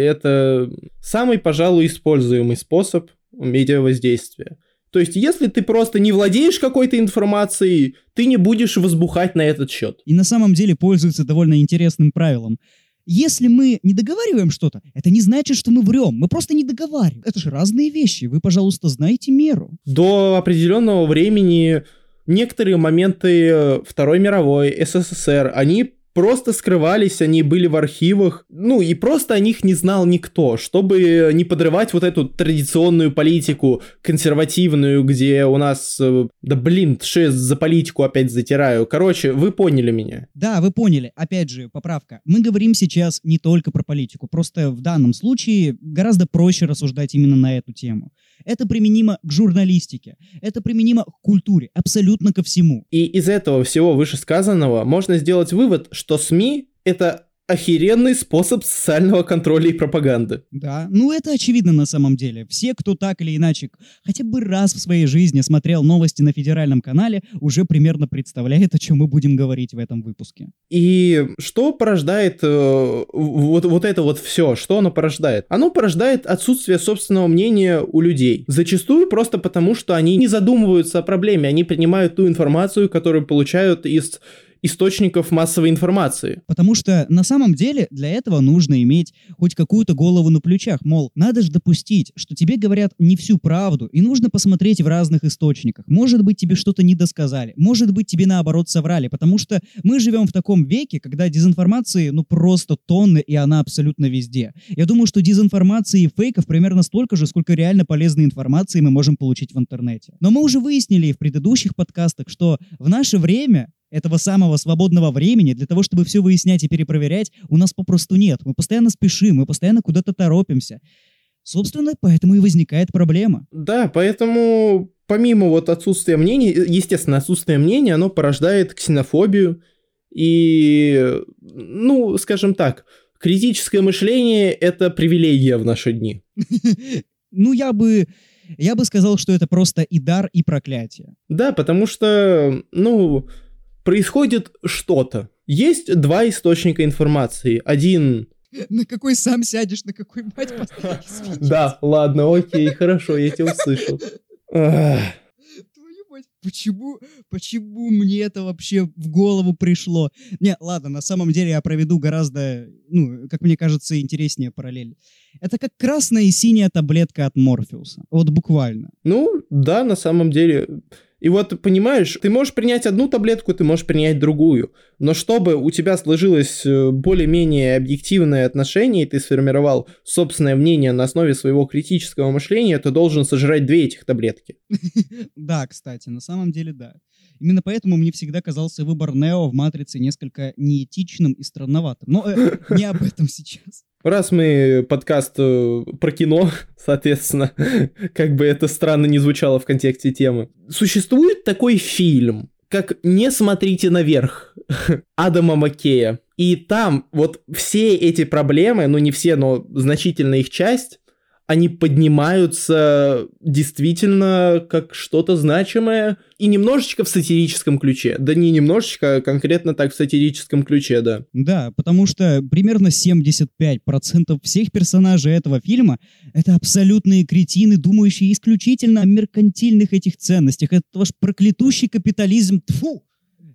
это самый, пожалуй, используемый способ медиавоздействия. То есть, если ты просто не владеешь какой-то информацией, ты не будешь возбухать на этот счет. И на самом деле пользуется довольно интересным правилом. Если мы не договариваем что-то, это не значит, что мы врем. Мы просто не договариваем. Это же разные вещи. Вы, пожалуйста, знайте меру. До определенного времени некоторые моменты Второй мировой, СССР, они просто скрывались, они были в архивах, ну и просто о них не знал никто, чтобы не подрывать вот эту традиционную политику консервативную, где у нас... Да блин, что я за политику опять затираю? Короче, вы поняли меня. Да, вы поняли. Опять же, поправка. Мы говорим сейчас не только про политику, просто в данном случае гораздо проще рассуждать именно на эту тему. Это применимо к журналистике, это применимо к культуре, абсолютно ко всему. И из этого всего вышесказанного можно сделать вывод, что СМИ — это охеренный способ социального контроля и пропаганды. Да, ну это очевидно на самом деле. Все, кто так или иначе хотя бы раз в своей жизни смотрел новости на федеральном канале, уже примерно представляет, о чем мы будем говорить в этом выпуске. И что порождает э, вот, вот это вот все? Что оно порождает? Оно порождает отсутствие собственного мнения у людей. Зачастую просто потому, что они не задумываются о проблеме, они принимают ту информацию, которую получают из источников массовой информации. Потому что на самом деле для этого нужно иметь хоть какую-то голову на плечах. Мол, надо же допустить, что тебе говорят не всю правду, и нужно посмотреть в разных источниках. Может быть, тебе что-то недосказали, может быть, тебе наоборот соврали, потому что мы живем в таком веке, когда дезинформации ну просто тонны, и она абсолютно везде. Я думаю, что дезинформации и фейков примерно столько же, сколько реально полезной информации мы можем получить в интернете. Но мы уже выяснили в предыдущих подкастах, что в наше время этого самого свободного времени для того, чтобы все выяснять и перепроверять, у нас попросту нет. Мы постоянно спешим, мы постоянно куда-то торопимся. Собственно, поэтому и возникает проблема. Да, поэтому помимо вот отсутствия мнений, естественно, отсутствие мнения, оно порождает ксенофобию и, ну, скажем так, критическое мышление — это привилегия в наши дни. Ну, я бы... Я бы сказал, что это просто и дар, и проклятие. Да, потому что, ну... происходит что-то. Есть два источника информации. Один... На какой сам сядешь, на какой мать поставишь. Да, ладно, окей, хорошо, я тебя услышал. Твою мать, почему, почему мне это вообще в голову пришло? Не, ладно, на самом деле я проведу гораздо, ну, как мне кажется, интереснее параллель. Это как красная и синяя таблетка от Морфеуса. Вот буквально. Ну, да, на самом деле... И вот, понимаешь, ты можешь принять одну таблетку, ты можешь принять другую, но чтобы у тебя сложилось более-менее объективное отношение, и ты сформировал собственное мнение на основе своего критического мышления, ты должен сожрать две этих таблетки. Да, кстати, на самом деле да. Именно поэтому мне всегда казался выбор Нео в «Матрице» несколько неэтичным и странноватым. Но э, не об этом сейчас. Раз мы подкаст э, про кино, соответственно, как бы это странно не звучало в контексте темы. Существует такой фильм, как «Не смотрите наверх» Адама Маккея. И там вот все эти проблемы, ну не все, но значительная их часть, они поднимаются действительно как что-то значимое и немножечко в сатирическом ключе. Да не немножечко, а конкретно так в сатирическом ключе, да. Да, потому что примерно семьдесят пять процентов всех персонажей этого фильма — это абсолютные кретины, думающие исключительно о меркантильных этих ценностях. Это ваш проклятущий капитализм. Тьфу!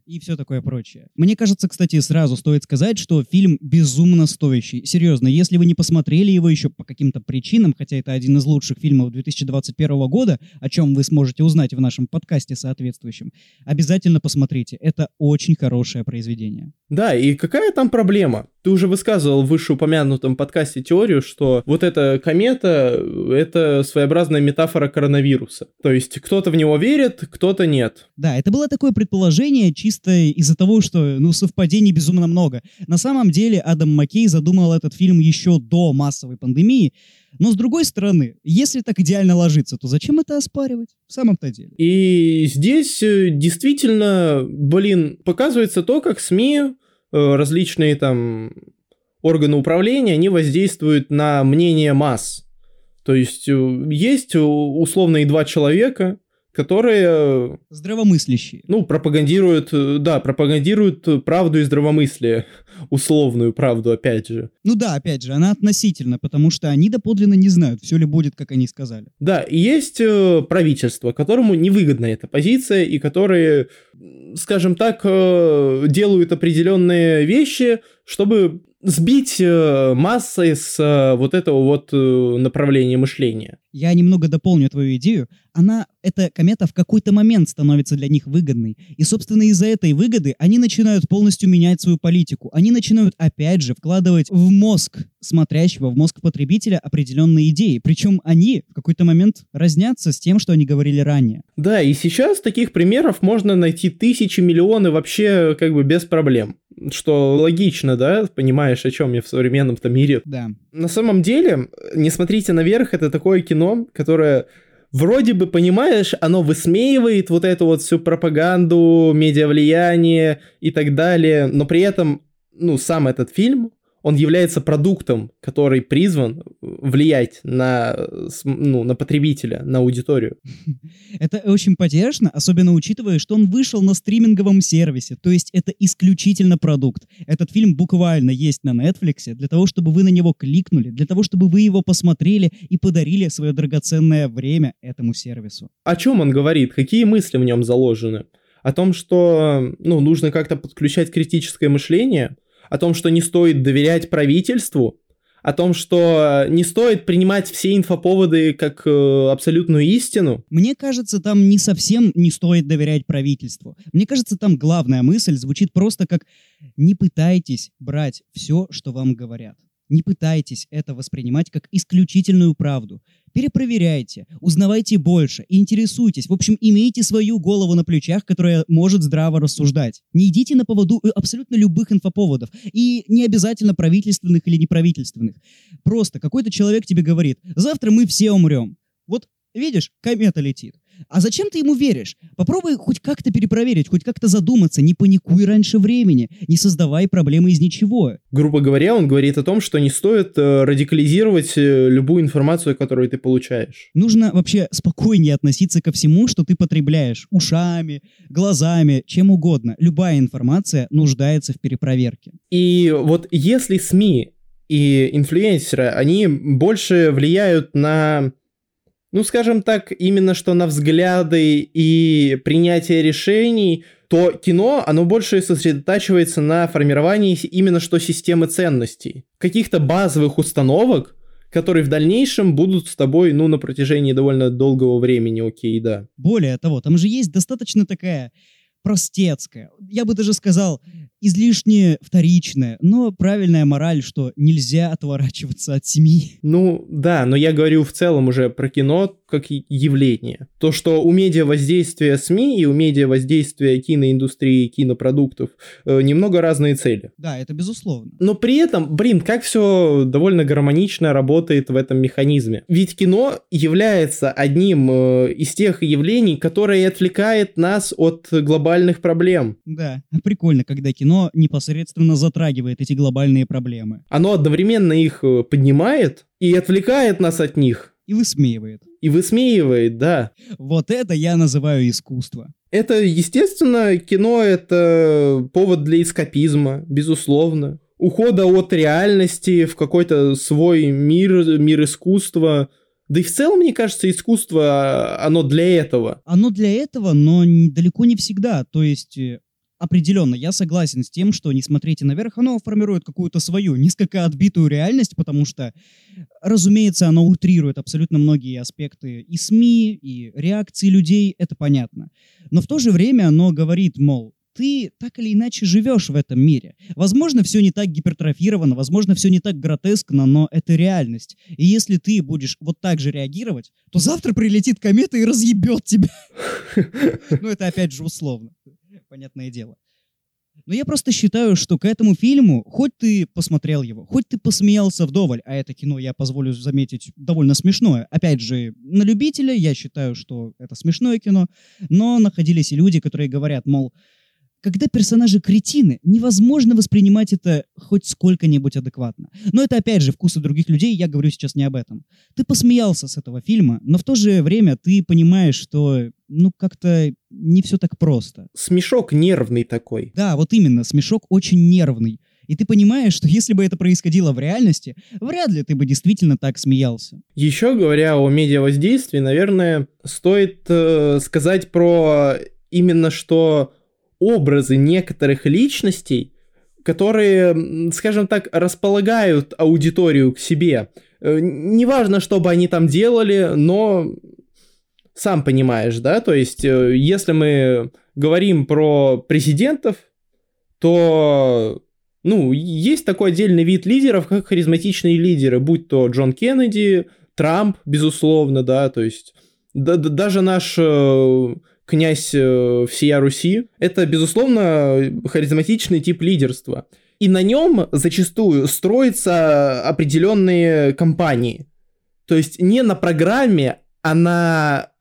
и все такое прочее. Мне кажется, кстати, сразу стоит сказать, что фильм безумно стоящий. Серьезно, если вы не посмотрели его еще по каким-то причинам, хотя это один из лучших фильмов две тысячи двадцать первого года, о чем вы сможете узнать в нашем подкасте соответствующем, обязательно посмотрите. Это очень хорошее произведение. Да, и какая там проблема? Ты уже высказывал в вышеупомянутом подкасте теорию, что вот эта комета — это своеобразная метафора коронавируса. То есть кто-то в него верит, кто-то нет. Да, это было такое предположение чисто из-за того, что, ну, совпадений безумно много. На самом деле Адам Маккей задумал этот фильм еще до массовой пандемии, но с другой стороны, если так идеально ложится, то зачем это оспаривать в самом-то деле? И здесь э, действительно, блин, показывается то, как СМИ, э, различные там органы управления, они воздействуют на мнение масс. То есть э, есть э, условные два человека, которые... Здравомыслящие. Ну, пропагандируют, э, да, пропагандируют правду и здравомыслие. Условную правду, опять же. Ну да, опять же, она относительно, потому что они доподлинно не знают, все ли будет, как они сказали. Да, и есть э, правительство, которому невыгодна эта позиция, и которые, скажем так, э, делают определенные вещи, чтобы сбить э, массы с э, вот этого вот э, направления мышления. Я немного дополню твою идею. Она, эта комета в какой-то момент становится для них выгодной. И, собственно, из-за этой выгоды они начинают полностью менять свою политику. Они начинают, опять же, вкладывать в мозг смотрящего, в мозг потребителя определенные идеи. Причем они в какой-то момент разнятся с тем, что они говорили ранее. Да, и сейчас таких примеров можно найти тысячи, миллионы вообще как бы без проблем. Что логично, да? Понимаешь, о чем я в современном-то мире. Да. На самом деле, «Не смотрите наверх» — это такое кино, которое... Вроде бы, понимаешь, оно высмеивает вот эту вот всю пропаганду, медиавлияние и так далее, но при этом, ну, сам этот фильм, он является продуктом, который призван влиять на, ну, на потребителя, на аудиторию. Это очень потешно, особенно учитывая, что он вышел на стриминговом сервисе, то есть это исключительно продукт. Этот фильм буквально есть на Netflix для того, чтобы вы на него кликнули, для того, чтобы вы его посмотрели и подарили свое драгоценное время этому сервису. О чем он говорит? Какие мысли в нем заложены? О том, что, ну, нужно как-то подключать критическое мышление, о том, что не стоит доверять правительству, о том, что не стоит принимать все инфоповоды как э, абсолютную истину. Мне кажется, там не совсем не стоит доверять правительству. Мне кажется, там главная мысль звучит просто как «не пытайтесь брать все, что вам говорят». Не пытайтесь это воспринимать как исключительную правду. Перепроверяйте, узнавайте больше, интересуйтесь. В общем, имейте свою голову на плечах, которая может здраво рассуждать. Не идите на поводу абсолютно любых инфоповодов. И не обязательно правительственных или неправительственных. Просто какой-то человек тебе говорит: завтра мы все умрем. Вот видишь, комета летит. А зачем ты ему веришь? Попробуй хоть как-то перепроверить, хоть как-то задуматься, не паникуй раньше времени, не создавай проблемы из ничего. Грубо говоря, он говорит о том, что не стоит э, радикализировать э, любую информацию, которую ты получаешь. Нужно вообще спокойнее относиться ко всему, что ты потребляешь. Ушами, глазами, чем угодно. Любая информация нуждается в перепроверке. И вот если СМИ и инфлюенсеры, они больше влияют на... Ну, скажем так, именно что на взгляды и принятие решений, то кино, оно больше сосредотачивается на формировании именно что системы ценностей. Каких-то базовых установок, которые в дальнейшем будут с тобой, ну, на протяжении довольно долгого времени, окей, да. Более того, там же есть достаточно такая простецкая, я бы даже сказал, излишне вторичная, но правильная мораль, что нельзя отворачиваться от семьи. Ну, да, но я говорю в целом уже про кино как явление. То, что у медиавоздействия СМИ и у медиавоздействия киноиндустрии, кинопродуктов э, немного разные цели. Да, это безусловно. Но при этом, блин, как все довольно гармонично работает в этом механизме. Ведь кино является одним э, из тех явлений, которое отвлекает нас от глобальных проблем. Да, прикольно, когда кино непосредственно затрагивает эти глобальные проблемы. Оно одновременно их поднимает и отвлекает нас от них. И высмеивает. И высмеивает, да. Вот это я называю искусство. Это, естественно, кино — это повод для эскапизма, безусловно. Ухода от реальности в какой-то свой мир, мир искусства. Да и в целом, мне кажется, искусство, оно для этого. Оно для этого, но далеко не всегда. То есть... определенно, я согласен с тем, что «Не смотрите наверх», оно формирует какую-то свою, несколько отбитую реальность, потому что, разумеется, оно утрирует абсолютно многие аспекты и СМИ, и реакции людей, это понятно. Но в то же время оно говорит, мол, ты так или иначе живешь в этом мире. Возможно, все не так гипертрофировано, возможно, все не так гротескно, но это реальность. И если ты будешь вот так же реагировать, то завтра прилетит комета и разъебет тебя. Ну, это опять же условно, понятное дело. Но я просто считаю, что к этому фильму, хоть ты посмотрел его, хоть ты посмеялся вдоволь, а это кино, я позволю заметить, довольно смешное. Опять же, на любителя я считаю, что это смешное кино, но находились и люди, которые говорят, мол, когда персонажи кретины, невозможно воспринимать это хоть сколько-нибудь адекватно. Но это, опять же, вкусы других людей, я говорю сейчас не об этом. Ты посмеялся с этого фильма, но в то же время ты понимаешь, что, ну, как-то не все так просто. Смешок нервный такой. Да, вот именно, смешок очень нервный. И ты понимаешь, что если бы это происходило в реальности, вряд ли ты бы действительно так смеялся. Еще говоря о медиавоздействии, наверное, стоит э, сказать про именно что... образы некоторых личностей, которые, скажем так, располагают аудиторию к себе. Неважно, что бы они там делали, но сам понимаешь, да, то есть если мы говорим про президентов, то, ну, есть такой отдельный вид лидеров, как харизматичные лидеры, будь то Джон Кеннеди, Трамп, безусловно, да, то есть да, да, даже наш... князь э, всея Руси, это, безусловно, харизматичный тип лидерства. И на нем зачастую строятся определенные кампании. То есть не на программе, а на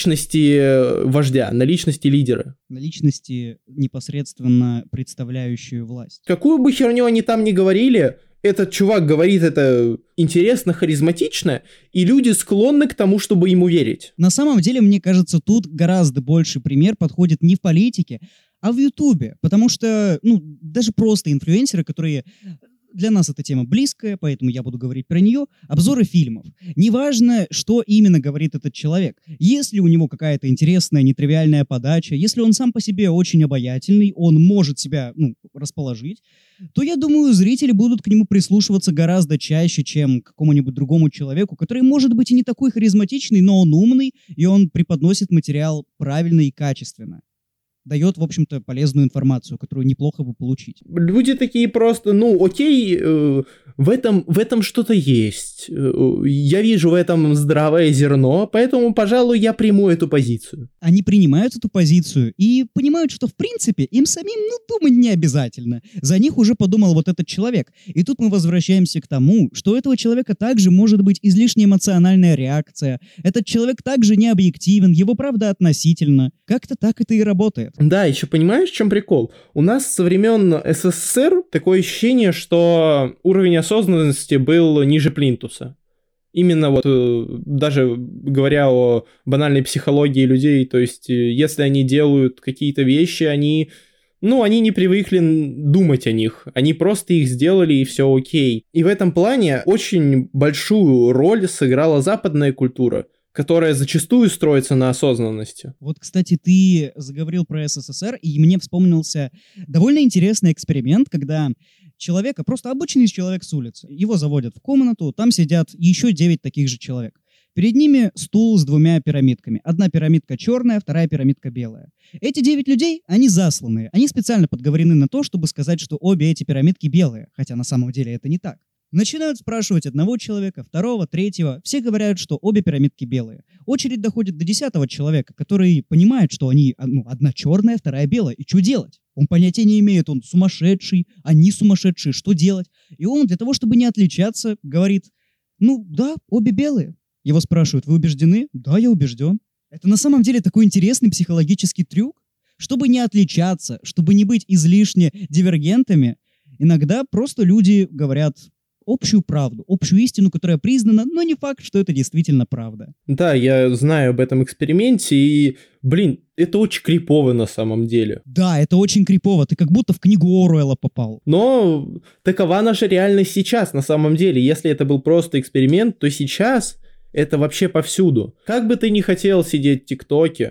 личности вождя, на личности лидера. На личности, непосредственно представляющую власть. Какую бы херню они там ни говорили, этот чувак говорит это интересно, харизматично, и люди склонны к тому, чтобы ему верить. На самом деле, мне кажется, тут гораздо больше пример подходит не в политике, а в Ютубе. Потому что, ну, даже просто инфлюенсеры, которые... Для нас эта тема близкая, поэтому я буду говорить про нее. Обзоры фильмов. Неважно, что именно говорит этот человек. Если у него какая-то интересная, нетривиальная подача, если он сам по себе очень обаятельный, он может себя, ну, расположить, то, я думаю, зрители будут к нему прислушиваться гораздо чаще, чем к какому-нибудь другому человеку, который, может быть, и не такой харизматичный, но он умный, и он преподносит материал правильно и качественно. Дает, в общем-то, полезную информацию, которую неплохо бы получить. Люди такие просто, ну, окей, э, в этом, в этом что-то есть. Э, я вижу в этом здравое зерно, поэтому, пожалуй, я приму эту позицию. Они принимают эту позицию и понимают, что, в принципе, им самим, ну, думать не обязательно. За них уже подумал вот этот человек. И тут мы возвращаемся к тому, что у этого человека также может быть излишне эмоциональная реакция. Этот человек также не объективен, его правда относительно. Как-то так это и работает. Да, еще понимаешь, в чем прикол? У нас со времен СССР такое ощущение, что уровень осознанности был ниже плинтуса. Именно вот, даже говоря о банальной психологии людей, то есть, если они делают какие-то вещи, они, ну, они не привыкли думать о них, они просто их сделали, и все окей. И в этом плане очень большую роль сыграла западная культура, которая зачастую строится на осознанности. Вот, кстати, ты заговорил про СССР, и мне вспомнился довольно интересный эксперимент, когда человека, просто обычный человек с улицы, его заводят в комнату, там сидят еще девять таких же человек. Перед ними стул с двумя пирамидками. Одна пирамидка черная, вторая пирамидка белая. Эти девять людей, они засланные. Они специально подговорены на то, чтобы сказать, что обе эти пирамидки белые, хотя на самом деле это не так. Начинают спрашивать одного человека, второго, третьего. Все говорят, что обе пирамидки белые. Очередь доходит до десятого человека, который понимает, что они, ну, одна черная, вторая белая. И что делать? Он понятия не имеет, он сумасшедший, они сумасшедшие, что делать? И он для того, чтобы не отличаться, говорит, ну да, обе белые. Его спрашивают, вы убеждены? Да, я убежден. Это на самом деле такой интересный психологический трюк. Чтобы не отличаться, чтобы не быть излишне дивергентами, иногда просто люди говорят общую правду, общую истину, которая признана, но не факт, что это действительно правда. Да, я знаю об этом эксперименте, и, блин, это очень крипово на самом деле. Да, это очень крипово, ты как будто в книгу Оруэлла попал. Но такова наша реальность сейчас на самом деле. Если это был просто эксперимент, то сейчас это вообще повсюду. Как бы ты ни хотел сидеть в ТикТоке,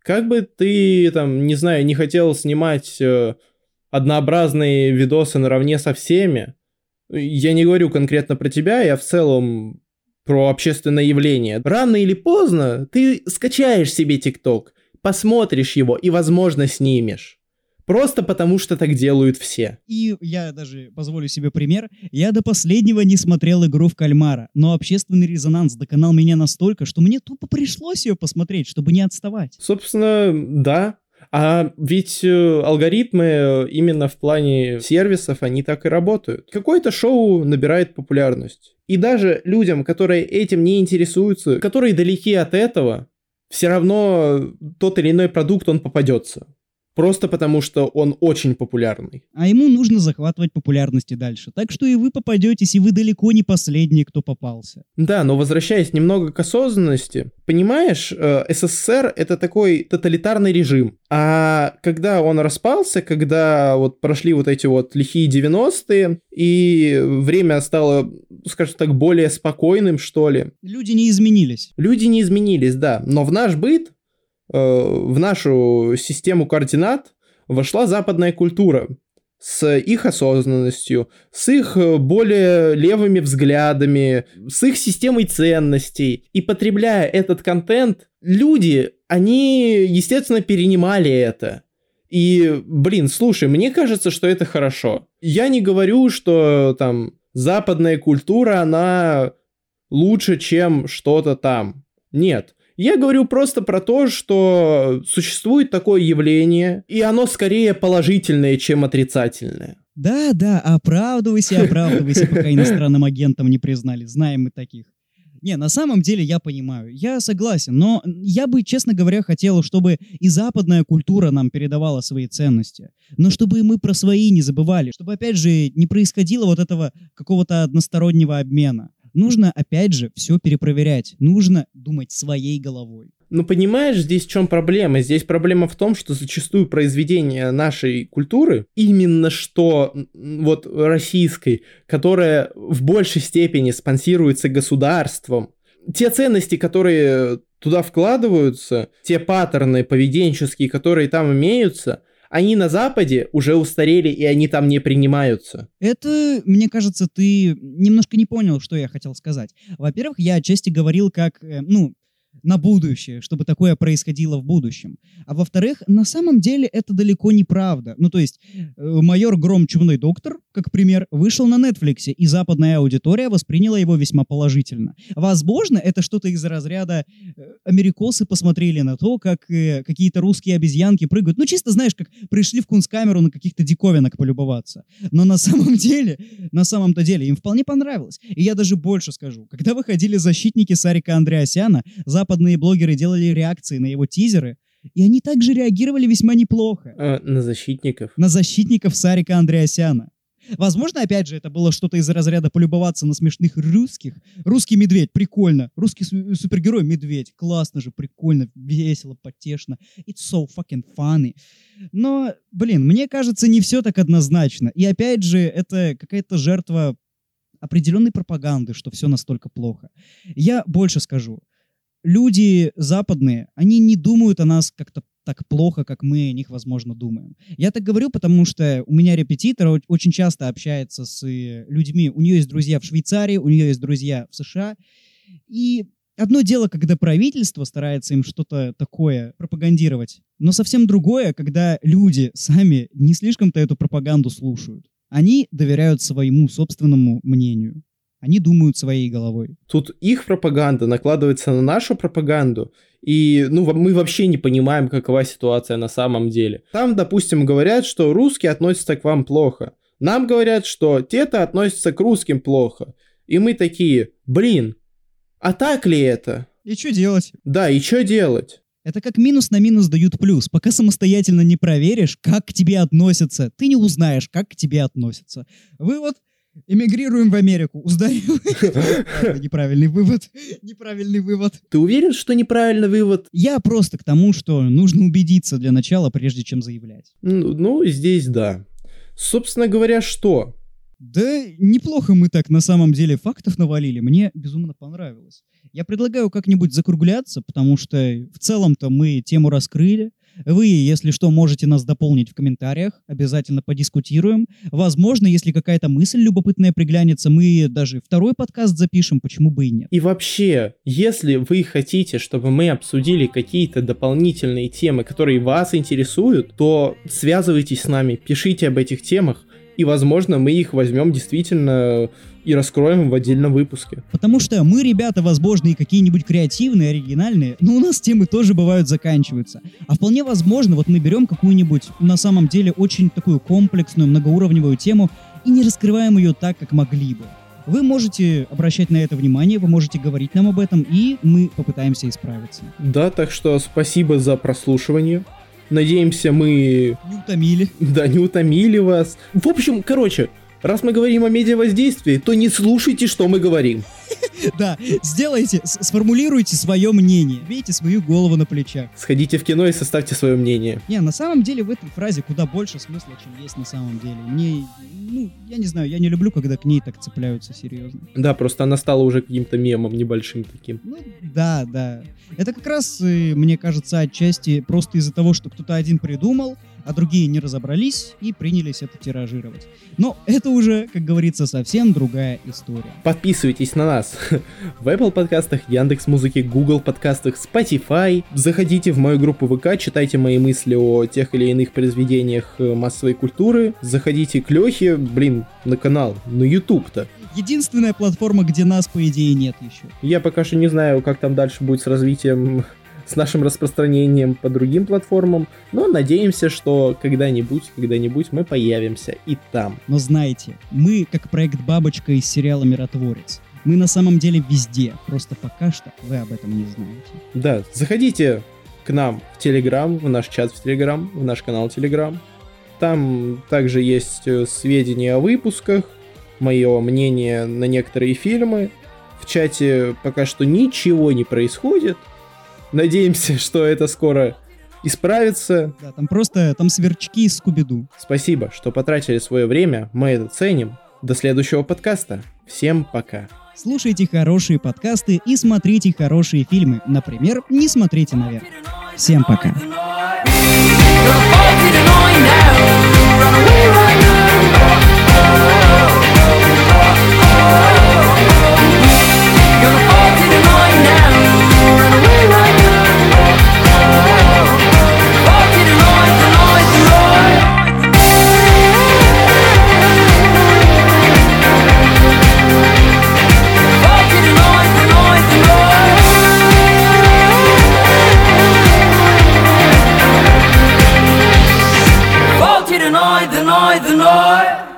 Как бы ты, там, не знаю, не хотел снимать э, однообразные видосы наравне со всеми, я не говорю конкретно про тебя, я в целом про общественное явление. Рано или поздно ты скачаешь себе ТикТок, посмотришь его и, возможно, снимешь. Просто потому, что так делают все. И я даже позволю себе пример. Я до последнего не смотрел «Игру в кальмара», но общественный резонанс доконал меня настолько, что мне тупо пришлось ее посмотреть, чтобы не отставать. Собственно, да. А ведь э, алгоритмы именно в плане сервисов, они так и работают. Какое-то шоу набирает популярность. И даже людям, которые этим не интересуются, которые далеки от этого, все равно тот или иной продукт, он попадется. Просто потому, что он очень популярный. А ему нужно захватывать популярность и дальше. Так что и вы попадетесь, и вы далеко не последний, кто попался. Да, но возвращаясь немного к осознанности, понимаешь, э, СССР — это такой тоталитарный режим. А когда он распался, когда вот прошли вот эти вот лихие девяностые, и время стало, скажем так, более спокойным, что ли. Люди не изменились. Люди не изменились, да. Но в наш быт, в нашу систему координат вошла западная культура с их осознанностью, с их более левыми взглядами, с их системой ценностей. И потребляя этот контент, люди, они, естественно, перенимали это. И, блин, слушай, мне кажется, что это хорошо. Я не говорю, что там западная культура, она лучше, чем что-то там. Нет. Я говорю просто про то, что существует такое явление, и оно скорее положительное, чем отрицательное. Да, да, оправдывайся, оправдывайся, пока иностранным агентам не признали. Знаем мы таких. Не, на самом деле я понимаю, я согласен, но я бы, честно говоря, хотел, чтобы и западная культура нам передавала свои ценности, но чтобы и мы про свои не забывали, чтобы, опять же, не происходило вот этого какого-то одностороннего обмена. Нужно, опять же, все перепроверять. Нужно думать своей головой. Ну, понимаешь, здесь в чем проблема? Здесь проблема в том, что зачастую произведения нашей культуры, именно что вот российской, которая в большей степени спонсируется государством, те ценности, которые туда вкладываются, те паттерны поведенческие, которые там имеются, они на Западе уже устарели, и они там не принимаются. Это, мне кажется, ты немножко не понял, что я хотел сказать. Во-первых, я отчасти говорил как, э, ну, на будущее, чтобы такое происходило в будущем. А во-вторых, на самом деле это далеко не правда. Ну, то есть, э, «Майор Гром. Чумной доктор», как пример, вышел на Netflix, и западная аудитория восприняла его весьма положительно. Возможно, это что-то из разряда э, америкосы посмотрели на то, как э, какие-то русские обезьянки прыгают. Ну, чисто, знаешь, как пришли в Кунсткамеру на каких-то диковинок полюбоваться. Но на самом деле, на самом-то деле, им вполне понравилось. И я даже больше скажу. Когда выходили защитники Сарика Андреасяна, западные блогеры делали реакции на его тизеры, и они также реагировали весьма неплохо. А, на защитников? На защитников Сарика Андреасяна. Возможно, опять же, это было что-то из разряда полюбоваться на смешных русских. Русский медведь, прикольно. Русский су- супергерой медведь, классно же, прикольно, весело, потешно. It's so fucking funny. Но, блин, мне кажется, не все так однозначно. И опять же, это какая-то жертва определенной пропаганды, что все настолько плохо. Я больше скажу. Люди западные, они не думают о нас как-то так плохо, как мы о них, возможно, думаем. Я так говорю, потому что у меня репетитор очень часто общается с людьми. У нее есть друзья в Швейцарии, у нее есть друзья в США. И одно дело, когда правительство старается им что-то такое пропагандировать, но совсем другое, когда люди сами не слишком-то эту пропаганду слушают. Они доверяют своему собственному мнению. Они думают своей головой. Тут их пропаганда накладывается на нашу пропаганду, и ну, мы вообще не понимаем, какова ситуация на самом деле. Там, допустим, говорят, что русские относятся к вам плохо. Нам говорят, что те-то относятся к русским плохо. И мы такие, блин, а так ли это? И что делать? Да, и что делать? Это как минус на минус дают плюс. Пока самостоятельно не проверишь, как к тебе относятся, ты не узнаешь, как к тебе относятся. Вывод: эмигрируем в Америку. Узнаем. Неправильный вывод. Неправильный вывод. Ты уверен, что неправильный вывод? Я просто к тому, что нужно убедиться для начала, прежде чем заявлять. Ну, ну, здесь да. Собственно говоря, что? Да неплохо мы так на самом деле фактов навалили. Мне безумно понравилось. Я предлагаю как-нибудь закругляться, потому что в целом-то мы тему раскрыли. Вы, если что, можете нас дополнить в комментариях, обязательно подискутируем. Возможно, если какая-то мысль любопытная приглянется, мы даже второй подкаст запишем, почему бы и нет. И вообще, если вы хотите, чтобы мы обсудили какие-то дополнительные темы, которые вас интересуют, то связывайтесь с нами, пишите об этих темах, и, возможно, мы их возьмем действительно и раскроем в отдельном выпуске. Потому что мы, ребята, возможно, и какие-нибудь креативные, оригинальные, но у нас темы тоже бывают заканчиваются. А вполне возможно, вот мы берем какую-нибудь, на самом деле, очень такую комплексную, многоуровневую тему и не раскрываем ее так, как могли бы. Вы можете обращать на это внимание, вы можете говорить нам об этом, и мы попытаемся исправиться. Да, так что спасибо за прослушивание. Надеемся, мы... Не утомили. Да, не утомили вас. В общем, короче, раз мы говорим о медиавоздействии, то не слушайте, что мы говорим. Да, сделайте, сформулируйте свое мнение, бейте свою голову на плечах. Сходите в кино и составьте свое мнение. Не, на самом деле в этой фразе куда больше смысла, чем есть на самом деле. Мне, ну, я не знаю, я не люблю, когда к ней так цепляются серьезно. Да, просто она стала уже каким-то мемом небольшим таким. Ну, да, да. Это как раз, мне кажется, отчасти просто из-за того, что кто-то один придумал, а другие не разобрались и принялись это тиражировать. Но это уже, как говорится, совсем другая история. Подписывайтесь на нас в Apple подкастах, Яндекс.Музыке, Google подкастах, Spotify. Заходите в мою группу ВК, читайте мои мысли о тех или иных произведениях массовой культуры. Заходите к Лехе, блин, на канал, на YouTube-то. Единственная платформа, где нас, по идее, нет еще. Я пока что не знаю, как там дальше будет с развитием, с нашим распространением по другим платформам, но надеемся, что когда-нибудь, когда-нибудь мы появимся и там. Но знаете, мы, как проект «Бабочка» из сериала «Миротворец», мы на самом деле везде, просто пока что вы об этом не знаете. Да, заходите к нам в Телеграм, в наш чат в Телеграм, в наш канал Телеграм. Там также есть сведения о выпусках, мое мнение на некоторые фильмы. В чате пока что ничего не происходит. Надеемся, что это скоро исправится. Да, там просто, там сверчки из Скуби-Ду. Спасибо, что потратили свое время, мы это ценим. До следующего подкаста. Всем пока. Слушайте хорошие подкасты и смотрите хорошие фильмы. Например, не смотрите наверх. Всем пока. The night, the night, the night.